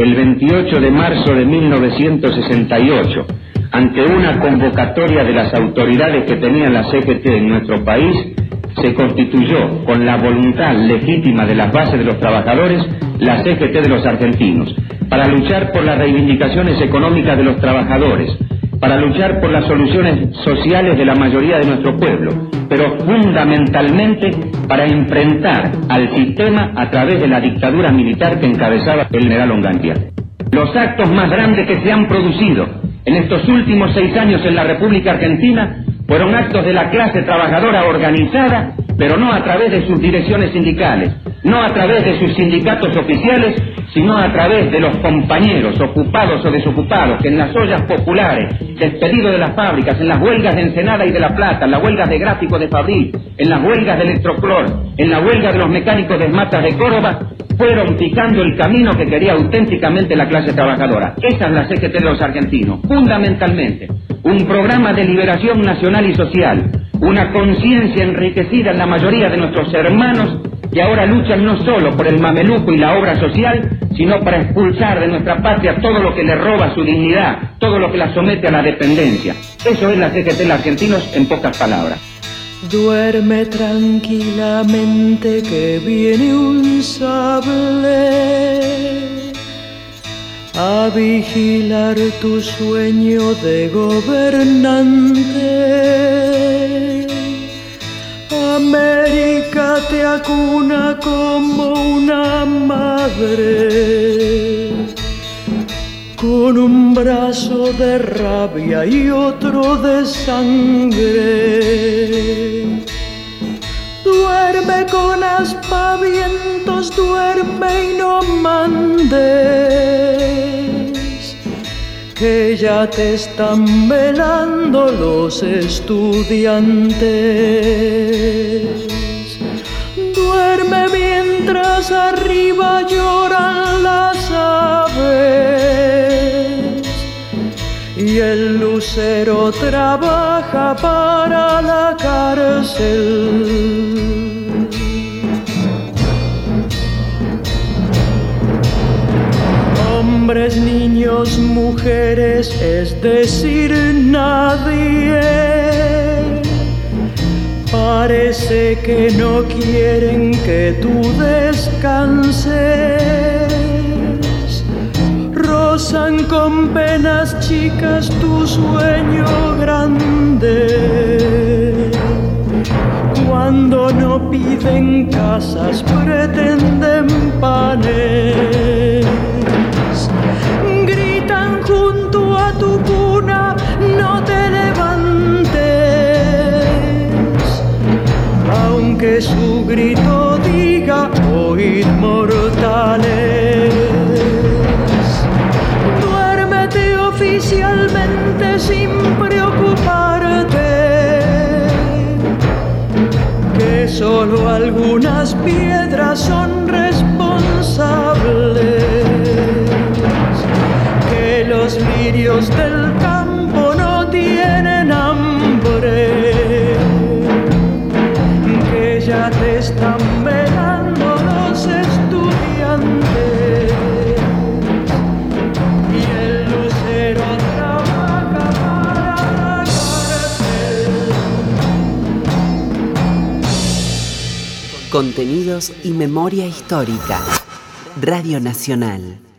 el 28 de marzo de 1968, ante una convocatoria de las autoridades que tenían la CGT en nuestro país, se constituyó con la voluntad legítima de las bases de los trabajadores la CGT de los argentinos, para luchar por las reivindicaciones económicas de los trabajadores, para luchar por las soluciones sociales de la mayoría de nuestro pueblo, pero fundamentalmente para enfrentar al sistema a través de la dictadura militar que encabezaba el general Onganía. Los actos más grandes que se han producido en estos últimos 6 años en la República Argentina fueron actos de la clase trabajadora organizada, pero no a través de sus direcciones sindicales, no a través de sus sindicatos oficiales, sino a través de los compañeros ocupados o desocupados que en las ollas populares, despedidos de las fábricas, en las huelgas de Ensenada y de La Plata, en las huelgas de gráficos de Fabril, en las huelgas de Electroclor, en la huelga de los mecánicos de Matas de Córdoba, fueron picando el camino que quería auténticamente la clase trabajadora. Esa es la CGT de los argentinos, fundamentalmente. Un programa de liberación nacional y social, una conciencia enriquecida en la mayoría de nuestros hermanos que ahora luchan no solo por el mameluco y la obra social, sino para expulsar de nuestra patria todo lo que le roba su dignidad, todo lo que la somete a la dependencia. Eso es la CGT de los argentinos en pocas palabras. Duerme tranquilamente que viene un sable a vigilar tu sueño de gobernante. América te acuna como una madre, con un brazo de rabia y otro de sangre. Duerme con aspavientos, duerme y no mandes, que ya te están velando los estudiantes. Duerme mientras arriba lloran las aves y el lucero trabaja para la cárcel. Hombres, niños, mujeres, es decir, nadie, parece que no quieren que tú descanses. Rozan con penas chicas tu sueño grande. Cuando no piden casas, pretenden panes. Gritan junto a tu cuna, no te levantes, aunque su grito diga: oíd mortales. Duérmete oficialmente sin preocuparte, que solo algunas piedras son responsables, que los lirios del campo no tienen hambre, que ya te están velando los estudiantes y el lucero trabaja para la cárcel. Contenidos y memoria histórica. Radio Nacional.